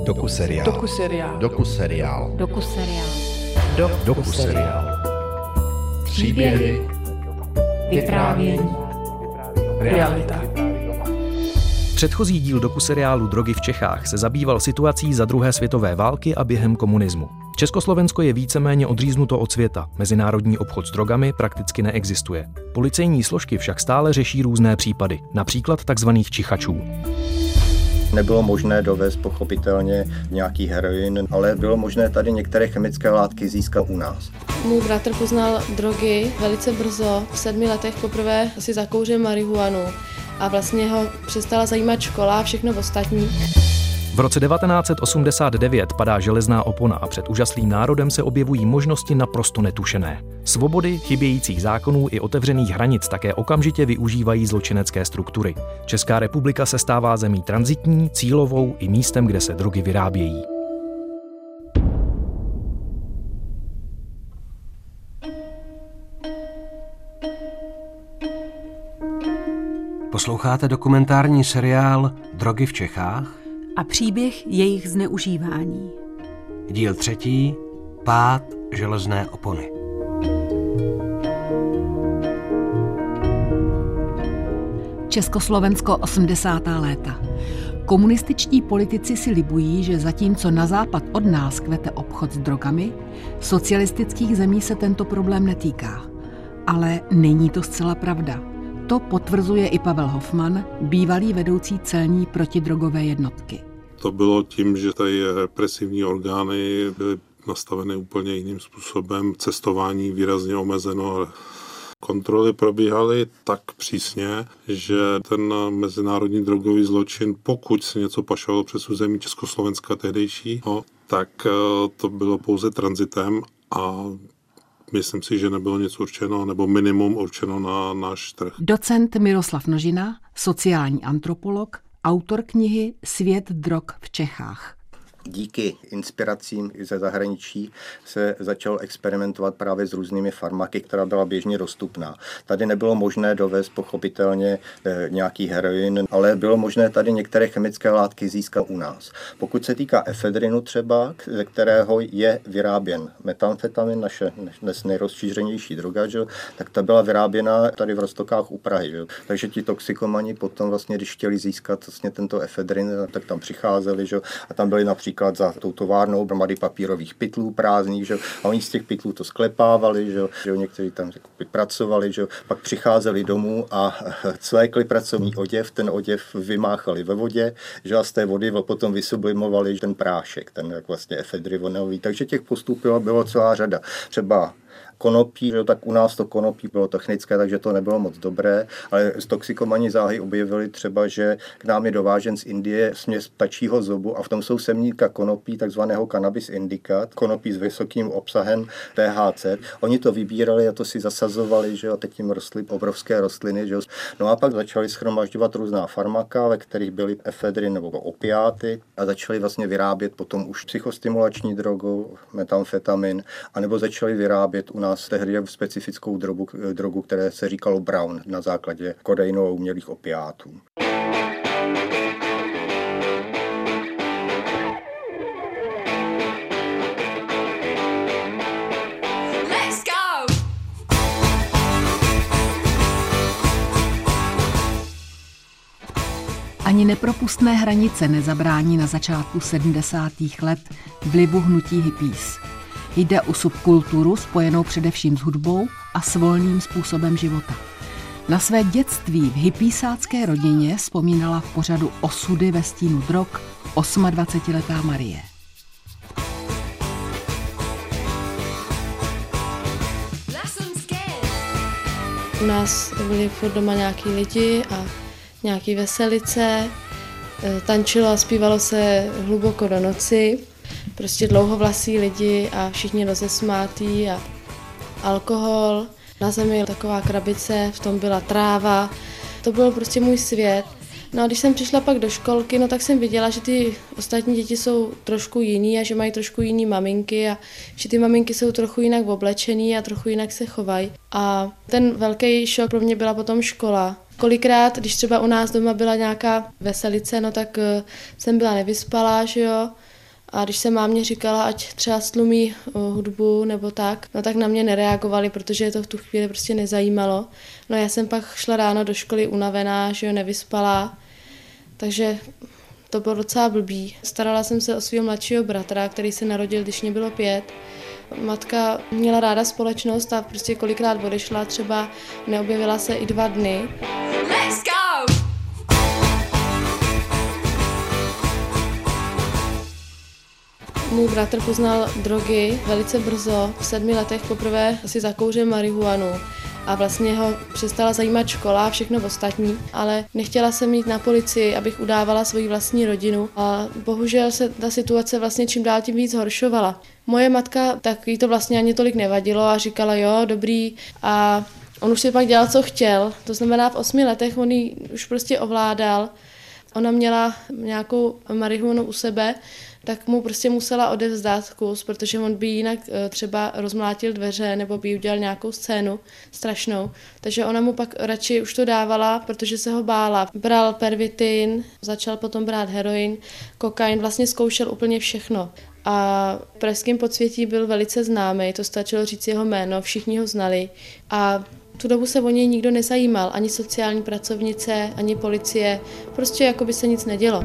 Dokuseriál. Příběhy, vyprávění, realita. Předchozí díl dokuseriálu Drogy v Čechách se zabýval situací za druhé světové války a během komunismu. Československo je víceméně odříznuto od světa, mezinárodní obchod s drogami prakticky neexistuje. Policejní složky však stále řeší různé případy, například takzvaných čichačů. Nebylo možné dovést pochopitelně nějaký heroin, ale bylo možné tady některé chemické látky získat u nás. Můj bratr poznal drogy velice brzo. V 7 letech poprvé si zakouřil marihuanu a vlastně ho přestala zajímat škola a všechno ostatní. V roce 1989 padá železná opona a před úžaslým národem se objevují možnosti naprosto netušené. Svobody, chybějících zákonů i otevřených hranic také okamžitě využívají zločinecké struktury. Česká republika se stává zemí tranzitní, cílovou i místem, kde se drogy vyrábějí. Posloucháte dokumentární seriál Drogy v Čechách A příběh jejich zneužívání. Díl 3. Pád železné opony. Československo 80. léta. Komunističtí politici si libují, že zatímco na západ od nás kvete obchod s drogami, socialistických zemí se tento problém netýká. Ale není to zcela pravda. To potvrzuje i Pavel Hofman, bývalý vedoucí celní protidrogové jednotky. To bylo tím, že tady represivní orgány byly nastaveny úplně jiným způsobem, cestování výrazně omezeno. Kontroly probíhaly tak přísně, že ten mezinárodní drogový zločin, pokud se něco pašovalo přes území Československa tehdejšího, tak to bylo pouze tranzitem a myslím si, že nebylo nic určeno, nebo minimum určeno na náš trh. Docent Miroslav Nožina, sociální antropolog, autor knihy Svět drog v Čechách. Díky inspiracím ze zahraničí se začal experimentovat právě s různými farmaky, která byla běžně dostupná. Tady nebylo možné dovést pochopitelně nějaký heroin, ale bylo možné tady některé chemické látky získat u nás. Pokud se týká efedrinu třeba, ze kterého je vyráběn metamfetamin, naše dnes nejrozšířenější droga, že? Tak ta byla vyráběna tady v Roztokách u Prahy. Že? Takže ti toxikomani potom vlastně, když chtěli získat vlastně tento efedrin, tak tam přicházeli, že? A tam byli například za tou továrnou hromady papírových pytlů prázdných, že? A oni z těch pytlů to sklepávali, že? Někteří tam pracovali, že? Pak přicházeli domů a cvékli pracovní oděv, ten oděv vymáchali ve vodě, že? A z té vody potom vysublimovali ten prášek, ten jak vlastně efedrinový. Takže těch postupů bylo celá řada. Třeba konopí, že tak u nás to konopí bylo technické, takže to nebylo moc dobré, ale toxikomani záhy objevili třeba, že k nám je dovážen z Indie směs ptačího zobu a v tom jsou semníka konopí, takzvaného cannabis indica, konopí s vysokým obsahem THC. Oni to vybírali a to si zasazovali, že a teď jim rostly obrovské rostliny, že. No a pak začali shromažďovat různá farmaka, ve kterých byly efedrin nebo opiáty a začali vlastně vyrábět potom už psychostimulační drogu, metamfetamin, anebo začali vyrábět u nás tehdy specifickou drogu, které se říkalo brown na základě kodeinu a umělých opiátů. Ani nepropustné hranice nezabrání na začátku 70. let vlivu hnutí hippies. Jde o subkulturu spojenou především s hudbou a s volným způsobem života. Na své dětství v hippiesácké rodině vzpomínala v pořadu Osudy ve stínu drog 28letá Marie. U nás byli furt doma nějaký lidi a nějaký veselice. Tančilo a zpívalo se hluboko do noci. Prostě dlouhovlasí lidi a všichni rozesmátí a alkohol. Na zemi taková krabice, v tom byla tráva. To byl prostě můj svět. No a když jsem přišla pak do školky, no tak jsem viděla, že ty ostatní děti jsou trošku jiný a že mají trošku jiný maminky a že ty maminky jsou trochu jinak oblečený a trochu jinak se chovají. A ten velký šok pro mě byla potom škola. Kolikrát, když třeba u nás doma byla nějaká veselice, no tak jsem byla nevyspalá, že jo. A když jsem mámě říkala, ať třeba stlumí hudbu nebo tak, no tak na mě nereagovali, protože je to v tu chvíli prostě nezajímalo. No já jsem pak šla ráno do školy unavená, že jo, nevyspala, takže to bylo docela blbý. Starala jsem se o svého mladšího bratra, který se narodil, když mě bylo 5. Matka měla ráda společnost a prostě kolikrát odešla, třeba neobjevila se i 2 dny. Let's go! Můj bratr poznal drogy velice brzo. V 7 letech poprvé si zakouřil marihuanu a vlastně ho přestala zajímat škola a všechno ostatní, ale nechtěla jsem jít na policii, abych udávala svoji vlastní rodinu a bohužel se ta situace vlastně čím dál tím víc zhoršovala. Moje matka, tak jí to vlastně ani tolik nevadilo a říkala jo, dobrý, a on už si pak dělal, co chtěl, to znamená v 8 letech on ji už prostě ovládal. Ona měla nějakou marihuanu u sebe, tak mu prostě musela odevzdat kus, protože on by jinak třeba rozmlátil dveře nebo by udělal nějakou scénu strašnou. Takže ona mu pak radši už to dávala, protože se ho bála. Bral pervitin, začal potom brát heroin, kokain, vlastně zkoušel úplně všechno. A v pražském podsvětí byl velice známý, to stačilo říct jeho jméno, všichni ho znali. A tu dobu se o něj nikdo nezajímal, ani sociální pracovnice, ani policie, prostě jako by se nic nedělo.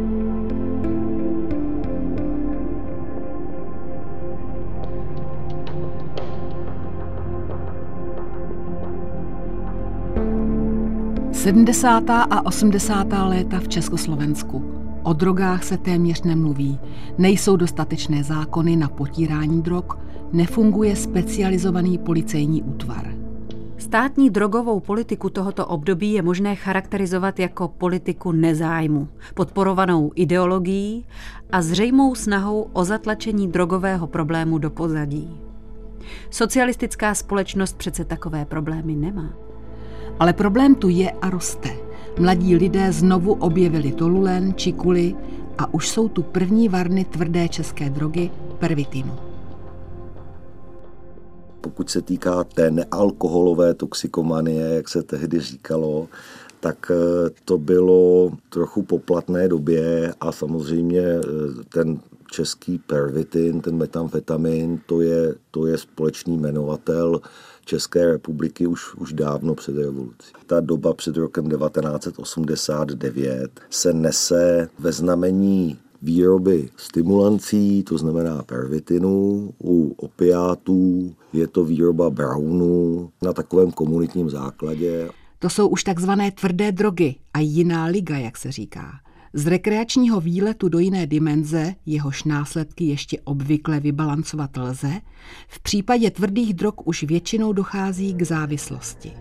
Sedmdesátá a 80. léta v Československu. O drogách se téměř nemluví. Nejsou dostatečné zákony na potírání drog, nefunguje specializovaný policejní útvar. Státní drogovou politiku tohoto období je možné charakterizovat jako politiku nezájmu, podporovanou ideologií a zřejmou snahou o zatlačení drogového problému do pozadí. Socialistická společnost přece takové problémy nemá. Ale problém tu je a roste. Mladí lidé znovu objevili tolulen, čikuli a už jsou tu první varny tvrdé české drogy pervitinu. Pokud se týká té nealkoholové toxikomanie, jak se tehdy říkalo, tak to bylo trochu po platné době a samozřejmě ten český pervitin, ten metamfetamin, to je společný jmenovatel České republiky už dávno před revolucí. Ta doba před rokem 1989 se nese ve znamení výroby stimulancí, to znamená pervitinu, u opiátů je to výroba brownu na takovém komunitním základě. To jsou už takzvané tvrdé drogy a jiná liga, jak se říká. Z rekreačního výletu do jiné dimenze, jehož následky ještě obvykle vybalancovat lze, v případě tvrdých drog už většinou dochází k závislosti.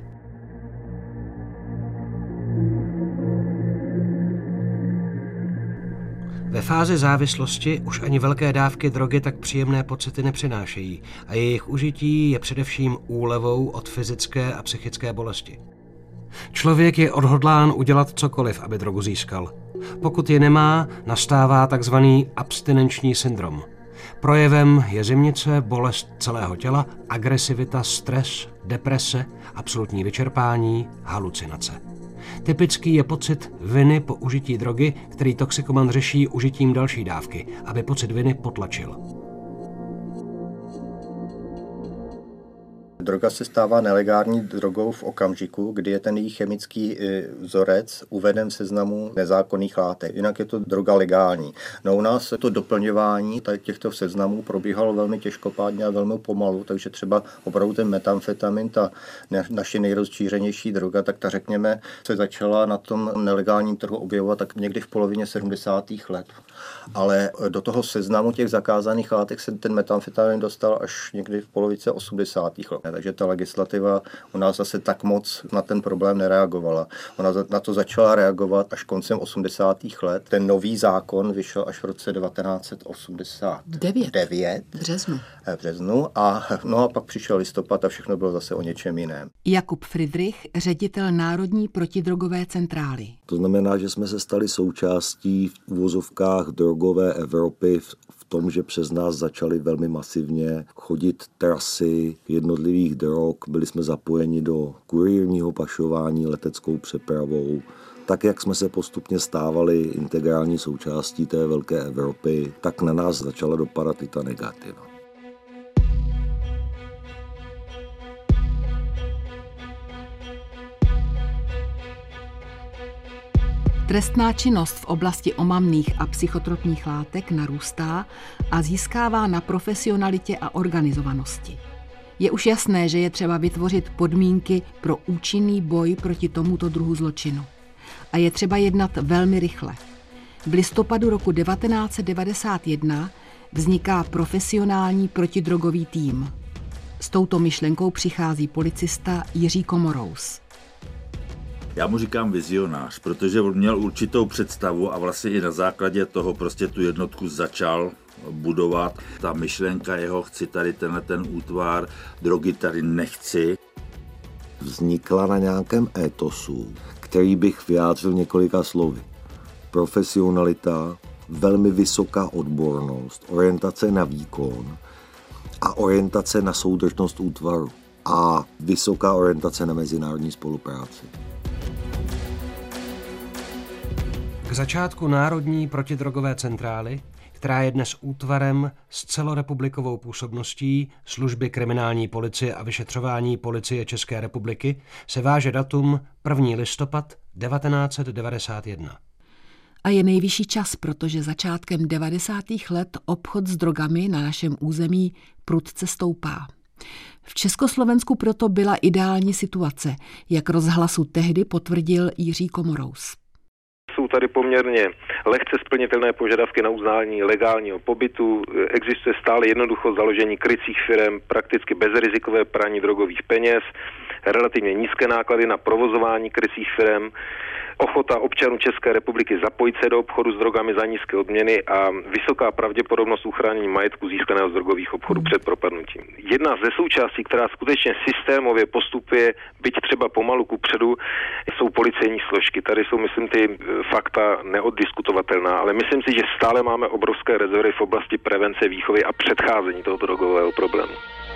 Ve fázi závislosti už ani velké dávky drogy tak příjemné pocity nepřinášejí a jejich užití je především úlevou od fyzické a psychické bolesti. Člověk je odhodlán udělat cokoliv, aby drogu získal. Pokud je nemá, nastává takzvaný abstinenční syndrom. Projevem je zimnice, bolest celého těla, agresivita, stres, deprese, absolutní vyčerpání, halucinace. Typický je pocit viny po užití drogy, který toxikoman řeší užitím další dávky, aby pocit viny potlačil. Droga se stává nelegální drogou v okamžiku, kdy je ten její chemický vzorec uveden v seznamu nezákonných látek. Jinak je to droga legální. No u nás to doplňování těchto seznamů probíhalo velmi těžkopádně a velmi pomalu, takže třeba opravdu ten metamfetamin, ta naše nejrozšířenější droga, tak ta řekněme se začala na tom nelegálním trhu objevovat tak někdy v polovině 70. let. Ale do toho seznamu těch zakázaných látek se ten metamfetamin dostal až někdy v polovice 80. let. Takže ta legislativa u nás zase tak moc na ten problém nereagovala. Ona na to začala reagovat až koncem 80. let. Ten nový zákon vyšel až v roce 1989. V březnu. A pak přišel listopad a všechno bylo zase o něčem jiném. Jakub Friedrich, ředitel Národní protidrogové centrály. To znamená, že jsme se stali součástí v uvozovkách drogové Evropy v tom, že přes nás začaly velmi masivně chodit trasy jednotlivých drog. Byli jsme zapojeni do kurýrního pašování leteckou přepravou. Tak, jak jsme se postupně stávali integrální součástí té velké Evropy, tak na nás začala dopadat i ta negativa. Trestná činnost v oblasti omamných a psychotropních látek narůstá a získává na profesionalitě a organizovanosti. Je už jasné, že je třeba vytvořit podmínky pro účinný boj proti tomuto druhu zločinu. A je třeba jednat velmi rychle. V listopadu roku 1991 vzniká profesionální protidrogový tým. S touto myšlenkou přichází policista Jiří Komorous. Já mu říkám vizionář, protože on měl určitou představu a vlastně i na základě toho prostě tu jednotku začal budovat. Ta myšlenka jeho, chci tady ten útvar, drogy tady nechci. Vznikla na nějakém étosu, který bych vyjádřil několika slovy. Profesionalita, velmi vysoká odbornost, orientace na výkon a orientace na soudržnost útvaru a vysoká orientace na mezinárodní spolupráci. K začátku Národní protidrogové centrály, která je dnes útvarem s celorepublikovou působností služby kriminální policie a vyšetřování policie České republiky, se váže datum 1. listopad 1991. A je nejvyšší čas, protože začátkem 90. let obchod s drogami na našem území prudce stoupá. V Československu proto byla ideální situace, jak Rozhlasu tehdy potvrdil Jiří Komorous. Jsou tady poměrně lehce splnitelné požadavky na uznání legálního pobytu, existuje stále jednoducho založení krycích firem, prakticky bezrizikové praní drogových peněz, relativně nízké náklady na provozování krycích firem, ochota občanů České republiky zapojit se do obchodu s drogami za nízké odměny a vysoká pravděpodobnost uchránění majetku získaného z drogových obchodů před propadnutím. Jedna ze součástí, která skutečně systémově postupuje, byť třeba pomalu kupředu, jsou policejní složky. Tady jsou, myslím, ty fakta neoddiskutovatelná, ale myslím si, že stále máme obrovské rezervy v oblasti prevence, výchovy a předcházení tohoto drogového problému.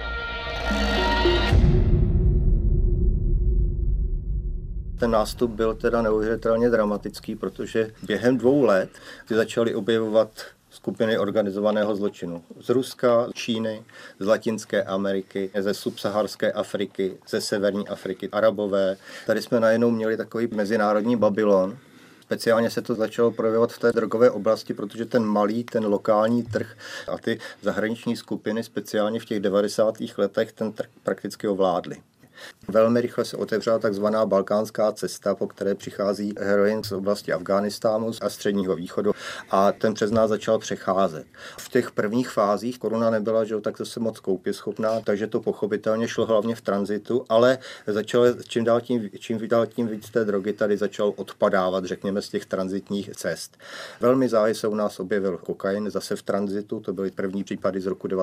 Ten nástup byl teda neuvěřitelně dramatický, protože během 2 let se začaly objevovat skupiny organizovaného zločinu z Ruska, Číny, z Latinské Ameriky, ze subsaharské Afriky, ze severní Afriky, Arabové. Tady jsme najednou měli takový mezinárodní Babylon. Speciálně se to začalo projevovat v té drogové oblasti, protože ten malý, ten lokální trh a ty zahraniční skupiny speciálně v těch 90. letech ten trh prakticky ovládly. Velmi rychle se otevřela takzvaná balkánská cesta, po které přichází heroin z oblasti Afghánistánu a Středního východu a ten přes nás začal přecházet. V těch prvních fázích koruna nebyla, že tak zase moc koupěschopná, takže to pochopitelně šlo hlavně v tranzitu, ale začalo čím dál tím víc té drogy tady začal odpadávat, řekněme, z těch tranzitních cest. Velmi záhy se u nás objevil kokain, zase v tranzitu, to byly první případy z roku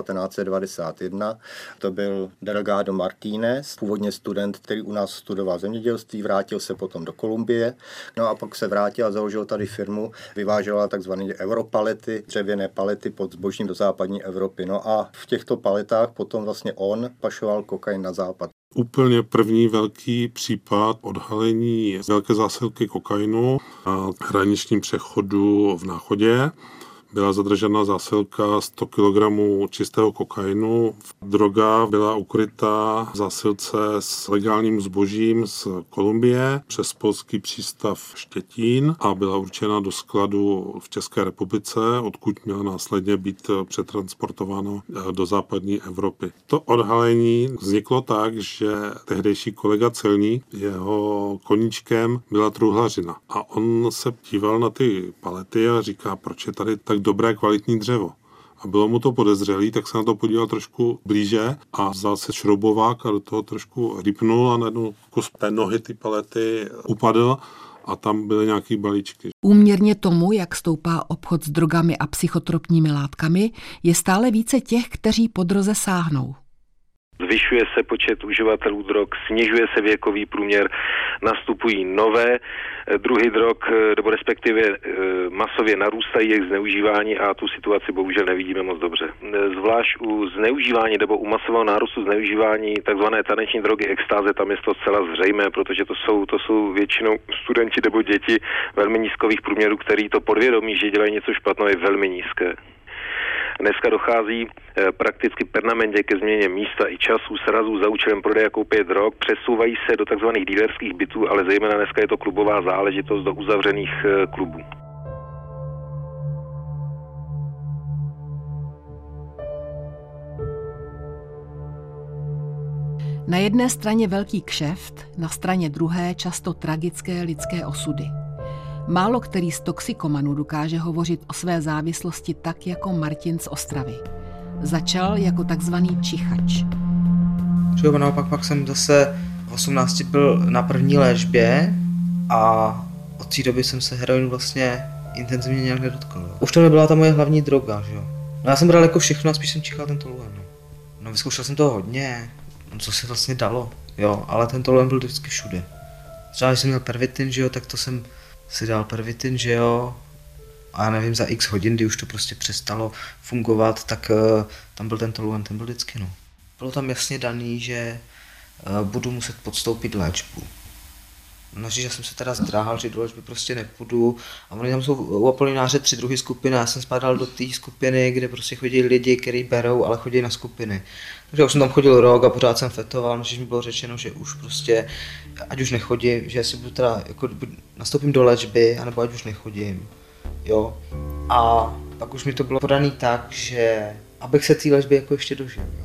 1991, to byl Delgado Martínez, původně student, který u nás studoval zemědělství, vrátil se potom do Kolumbie, no a pak se vrátil a založil tady firmu, vyvážela takzvané europalety, dřevěné palety pod zbožím do západní Evropy. No a v těchto paletách potom vlastně on pašoval kokain na západ. Úplně první velký případ odhalení velké zásilky kokainu na hraničním přechodu v Náchodě. Byla zadržena zásilka 100 kg čistého kokainu. Droga byla ukrytá v zásilce s legálním zbožím z Kolumbie přes polský přístav Štětín a byla určena do skladu v České republice, odkud měla následně být přetransportována do západní Evropy. To odhalení vzniklo tak, že tehdejší kolega celník, jeho koníčkem byla truhlařina. A on se díval na ty palety a říká, proč je tady tak dobré kvalitní dřevo. A bylo mu to podezřelý, tak se na to podíval trošku blíže a vzal se šroubovák a do toho trošku rýpnul a najednou kus té nohy ty palety upadl a tam byly nějaký balíčky. Úměrně tomu, jak stoupá obchod s drogami a psychotropními látkami, je stále více těch, kteří po droze sáhnou. Zvyšuje se počet uživatelů drog, snižuje se věkový průměr, nastupují nové druhy drog, nebo respektive masově narůstají jejich zneužívání a tu situaci bohužel nevidíme moc dobře. Zvlášť u zneužívání nebo u masového nárůstu zneužívání takzvané taneční drogy extáze, tam je to zcela zřejmé, protože to jsou většinou studenti nebo děti velmi nízkových průměrů, který to podvědomí, že dělají něco špatného, je velmi nízké. Dneska dochází prakticky permanentně ke změně místa i času, srazů za účelem prodeje a koupě drog, přesouvají se do tzv. Dealerských bytů, ale zejména dneska je to klubová záležitost do uzavřených klubů. Na jedné straně velký kšeft, na straně druhé často tragické lidské osudy. Málo který z toxikomanů dokáže hovořit o své závislosti tak jako Martin z Ostravy. Začal jako takzvaný čichač. Třeba naopak pak jsem zase v 18 byl na první léčbě a od té doby jsem se heroinu vlastně intenzivně nějak nedotkl. Už to nebyla ta moje hlavní droga, že jo. No já jsem bral jako všechno a spíš jsem čichal ten toluén. No vyzkoušel jsem toho hodně, co se vlastně dalo, jo, ale ten toluén byl vždycky všude. Třeba když jsem měl pervitin, že jo, tak to jsem si dal pervitin, že jo, a já nevím, za x hodin, kdy už to prostě přestalo fungovat, tak tam byl ten toluén, ten byl vždycky, no. Bylo tam jasně daný, že budu muset podstoupit léčbu. No, že jsem se teda zdráhal, že do léčby prostě nepůjdu a oni tam jsou u Apolináře 3 druhy skupiny, já jsem spadal do té skupiny, kde prostě chodí lidi, kteří berou, ale chodí na skupiny. Takže už jsem tam chodil rok a pořád jsem fetoval, no, že mi bylo řečeno, že už prostě, ať už nechodím, že si budu teda, jako nastoupím do léčby, anebo ať už nechodím, jo. A pak už mi to bylo podaný tak, že abych se té léčby jako ještě dožil, jo.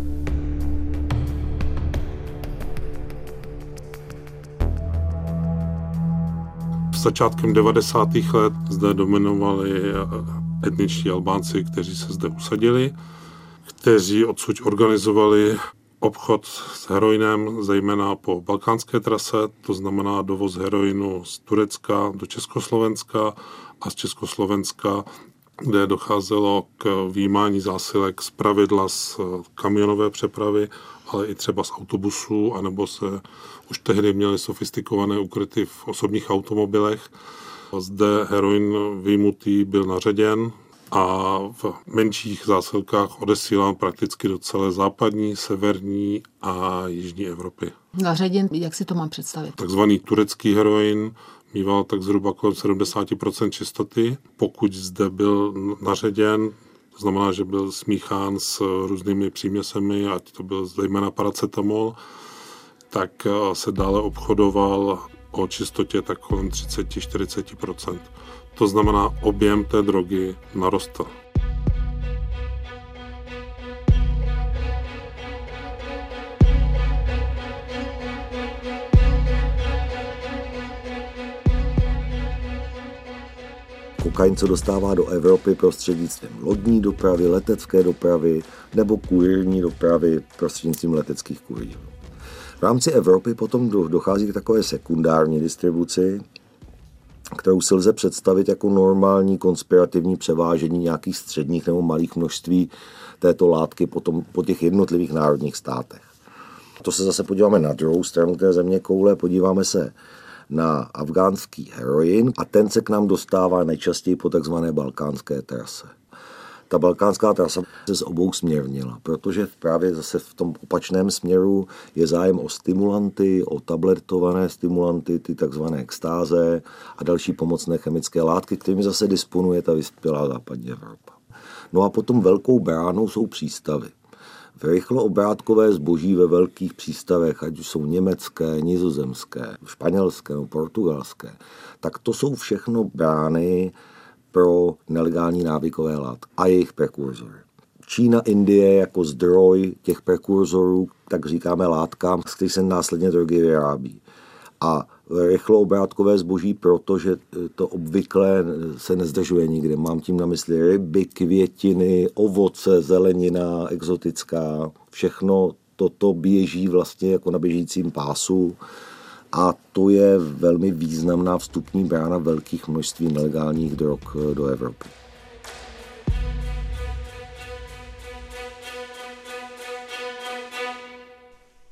Začátkem 90. let zde dominovali etničtí Albánci, kteří se zde usadili, kteří odsud organizovali obchod s heroinem, zejména po balkánské trase, to znamená dovoz heroinu z Turecka do Československa a z Československa, kde docházelo k výjímání zásilek zpravidla z kamionové přepravy, ale i třeba z autobusů, anebo se už tehdy měly sofistikované ukryty v osobních automobilech. Zde heroin vyjmutý byl naředěn a v menších zásilkách odesílán prakticky do celé západní, severní a jižní Evropy. Naředěn, jak si to mám představit? Takzvaný turecký heroin mýval tak zhruba kolem 70% čistoty. Pokud zde byl naředěn, to znamená, že byl smíchán s různými příměsemi, ať to byl zejména paracetamol, tak se dále obchodoval o čistotě tak kolem 30-40%. To znamená, objem té drogy narostl. Kokain se dostává do Evropy prostřednictvím lodní dopravy, letecké dopravy nebo kurýrní dopravy prostřednictvím leteckých kurýrů. V rámci Evropy potom dochází k takové sekundární distribuci, kterou si lze představit jako normální konspirativní převážení nějakých středních nebo malých množství této látky potom po těch jednotlivých národních státech. To se zase podíváme na druhou stranu té země koule, podíváme se na afgánský heroin a ten se k nám dostává nejčastěji po takzvané balkánské trase. Ta balkánská trasa se z obou směrnila, protože právě zase v tom opačném směru je zájem o stimulanty, o tabletované stimulanty, ty takzvané extáze a další pomocné chemické látky, kterými zase disponuje ta vyspělá západní Evropa. No a potom velkou bránou jsou přístavy. V rychloobrátkové zboží ve velkých přístavech, ať už jsou německé, nizozemské, španělské nebo portugalské, tak to jsou všechno brány pro nelegální návykové látky a jejich prekurzory. Čína, Indie jako zdroj těch prekurzorů, tak říkáme látkám, z kterých se následně drogy vyrábí. A rychloobrátkové zboží, protože to obvykle se nezdržuje nikde. Mám tím na mysli ryby, květiny, ovoce, zelenina, exotická. Všechno toto běží vlastně jako na běžícím pásu. A to je velmi významná vstupní brána velkých množství nelegálních drog do Evropy.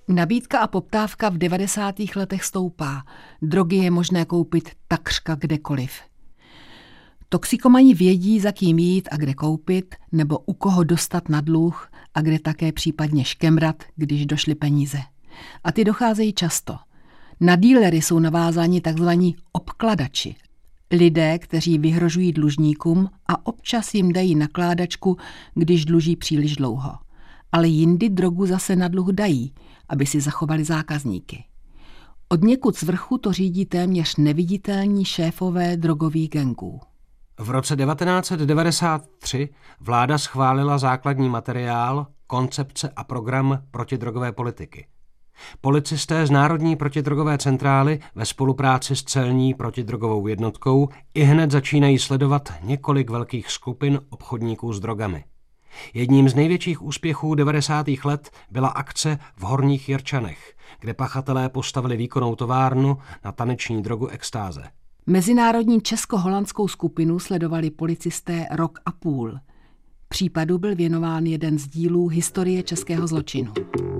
Nabídka a poptávka v 90. letech stoupá. Drogy je možné koupit takřka kdekoliv. Toxikomani vědí, za kým jít a kde koupit, nebo u koho dostat na dluh a kde také případně škemrat, když došly peníze. A ty docházejí často. Na dílery jsou navázáni tzv. Obkladači. Lidé, kteří vyhrožují dlužníkům a občas jim dají nakládačku, když dluží příliš dlouho. Ale jindy drogu zase na dluh dají, aby si zachovali zákazníky. Odněkud z vrchu to řídí téměř neviditelní šéfové drogových gangů. V roce 1993 vláda schválila základní materiál, koncepce a program protidrogové politiky. Policisté z Národní protidrogové centrály ve spolupráci s celní protidrogovou jednotkou ihned začínají sledovat několik velkých skupin obchodníků s drogami. Jedním z největších úspěchů 90. let byla akce v Horních Jirčanech, kde pachatelé postavili výkonnou továrnu na taneční drogu extáze. Mezinárodní česko-holandskou skupinu sledovali policisté rok a půl. Případu byl věnován jeden z dílů historie českého zločinu.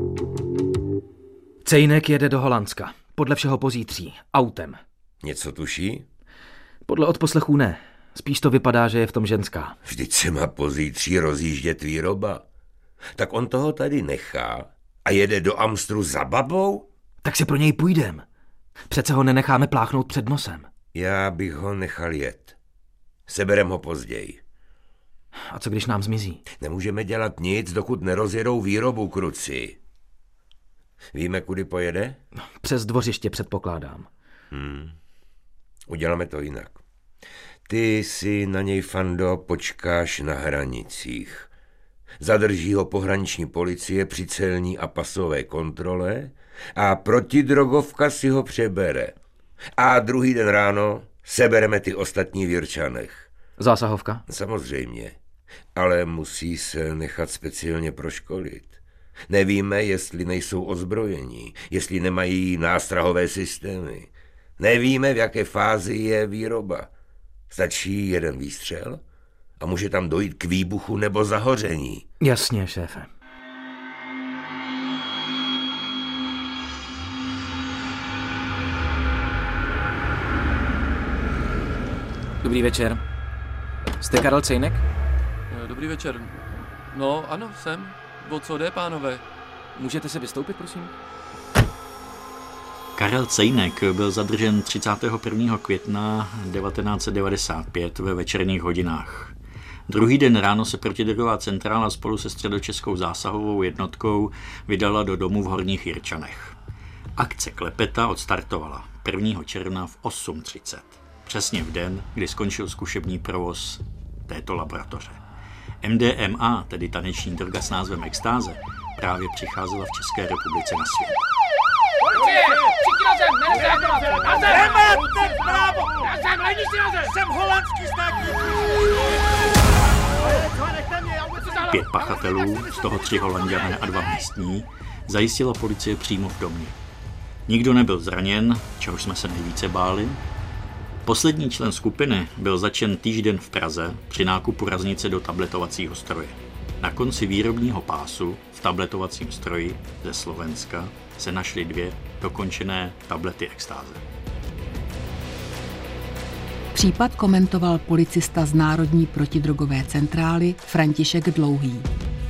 Cejnek jede do Holandska. Podle všeho pozítří. Autem. Něco tuší? Podle odposlechů ne. Spíš to vypadá, že je v tom ženská. Vždyť se má pozítří rozjíždět výroba. Tak on toho tady nechá a jede do Amstru za babou? Tak si pro něj půjdem. Přece ho nenecháme pláchnout před nosem. Já bych ho nechal jet. Seberem ho později. A co když nám zmizí? Nemůžeme dělat nic, dokud nerozjedou výrobu, kruci. Víme, kudy pojede? Přes dvořiště předpokládám. Uděláme to jinak. Ty si na něj, Fando, počkáš na hranicích. Zadrží ho pohraniční policie při celní a pasové kontrole a protidrogovka si ho přebere. A druhý den ráno sebereme ty ostatní v Jirčanech. Zásahovka? Samozřejmě, ale musí se nechat speciálně proškolit. Nevíme, jestli nejsou ozbrojení, jestli nemají nástrahové systémy. Nevíme, v jaké fázi je výroba. Stačí jeden výstřel a může tam dojít k výbuchu nebo zahoření. Jasně, šéfe. Dobrý večer. Jste Karel Cejnek? Dobrý večer. No, ano, jsem. O co jde, pánové? Můžete se vystoupit, prosím? Karel Cejnek byl zadržen 31. května 1995 ve večerních hodinách. Druhý den ráno se protidrogová centrála spolu se středočeskou zásahovou jednotkou vydala do domu v Horních Jirčanech. Akce Klepeta odstartovala 1. června v 8:30. Přesně v den, kdy skončil zkušební provoz této laboratoře. MDMA, tedy taneční droga s názvem extáze, právě přicházela v České republice na svět. Policie! Nemáte právo! Jsem holandský státní! 5 pachatelů, z toho 3 Holanďané a 2 místní, zajistila policie přímo v domě. Nikdo nebyl zraněn, čehož jsme se nejvíce báli. Poslední člen skupiny byl zatčen týžden v Praze při nákupu raznice do tabletovacího stroje. Na konci výrobního pásu v tabletovacím stroji ze Slovenska se našly 2 dokončené tablety extáze. Případ komentoval policista z Národní protidrogové centrály František Dlouhý.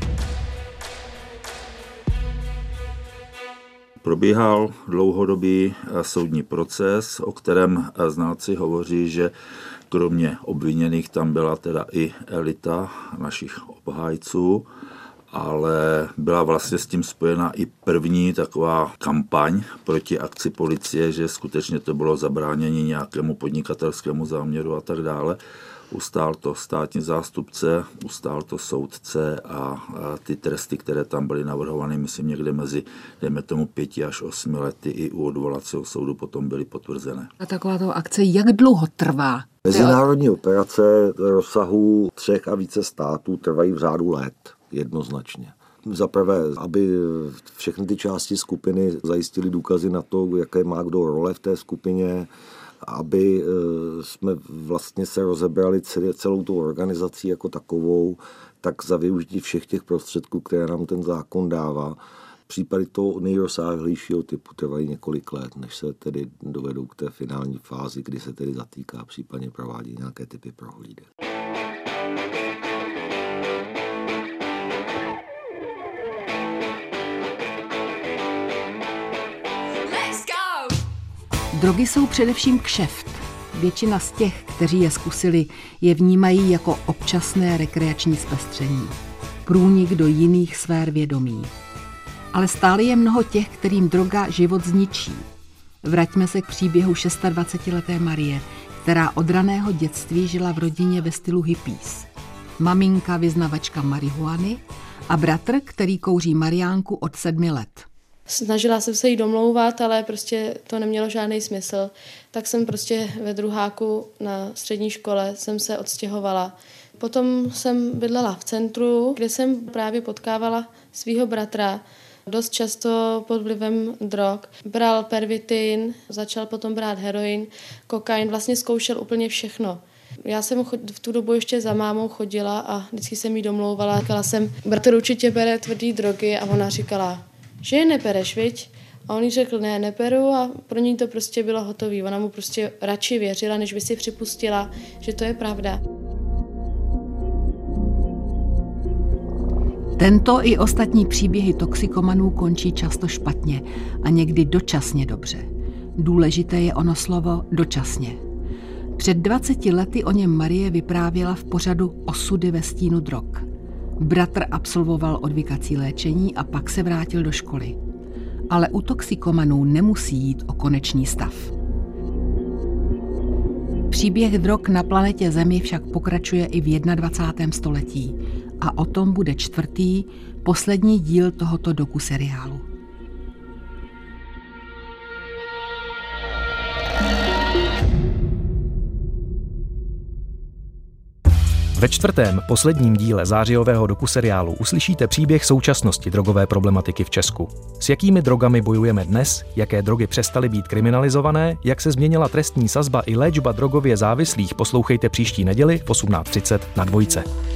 Probíhal dlouhodobý soudní proces, o kterém znalci hovoří, že kromě obviněných tam byla teda i elita našich obhájců, ale byla vlastně s tím spojena i první taková kampaň proti akci policie, že skutečně to bylo zabránění nějakému podnikatelskému záměru a tak dále. Ustál to státní zástupce, ustál to soudce a ty tresty, které tam byly navrhovány, myslím někde mezi, dejme tomu 5 až 8 lety i u odvolacího soudu potom byly potvrzené. A takováto akce jak dlouho trvá? Mezinárodní operace rozsahu 3 a více států trvají v řádu let, jednoznačně. Za prvé, aby všechny ty části skupiny zajistili důkazy na to, jaké má kdo role v té skupině, aby jsme vlastně se rozebrali celou tu organizaci jako takovou, tak za využití všech těch prostředků, které nám ten zákon dává, případy toho nejrozsáhlejšího typu trvají několik let, než se tedy dovedou k té finální fázi, kdy se tedy zatýká, případně provádí nějaké typy prohlídek. Drogy jsou především kšeft. Většina z těch, kteří je zkusili, je vnímají jako občasné rekreační zpestření. Průnik do jiných sfér vědomí. Ale stále je mnoho těch, kterým droga život zničí. Vraťme se k příběhu 26leté Marie, která od raného dětství žila v rodině ve stylu hippies. Maminka vyznavačka marihuany a bratr, který kouří mariánku od 7 let. Snažila jsem se jí domlouvat, ale prostě to nemělo žádný smysl. Tak jsem prostě ve druháku na střední škole jsem se odstěhovala. Potom jsem bydlela v centru, kde jsem právě potkávala svého bratra. Dost často pod vlivem drog. Bral pervitin, začal potom brát heroin, kokain, vlastně zkoušel úplně všechno. Já jsem v tu dobu ještě za mámou chodila a vždycky jsem jí domlouvala. Říkala jsem, bratr určitě bere tvrdý drogy a ona říkala, že je nepereš, viď? A on jí řekl, ne, neperu a pro ní to prostě bylo hotový. Ona mu prostě radši věřila, než by si připustila, že to je pravda. Tento i ostatní příběhy toxikomanů končí často špatně a někdy dočasně dobře. Důležité je ono slovo dočasně. Před 20 lety o něm Marie vyprávěla v pořadu Osudy ve stínu drog. Bratr absolvoval odvykací léčení a pak se vrátil do školy. Ale u toxikomanů nemusí jít o konečný stav. Příběh drog na planetě Zemi však pokračuje i v 21. století a o tom bude 4., poslední díl tohoto dokuseriálu. Ve 4., posledním díle zářijového dokuseriálu uslyšíte příběh současnosti drogové problematiky v Česku. S jakými drogami bojujeme dnes, jaké drogy přestaly být kriminalizované, jak se změnila trestní sazba i léčba drogově závislých, poslouchejte příští neděli v 18:30 na Dvojce.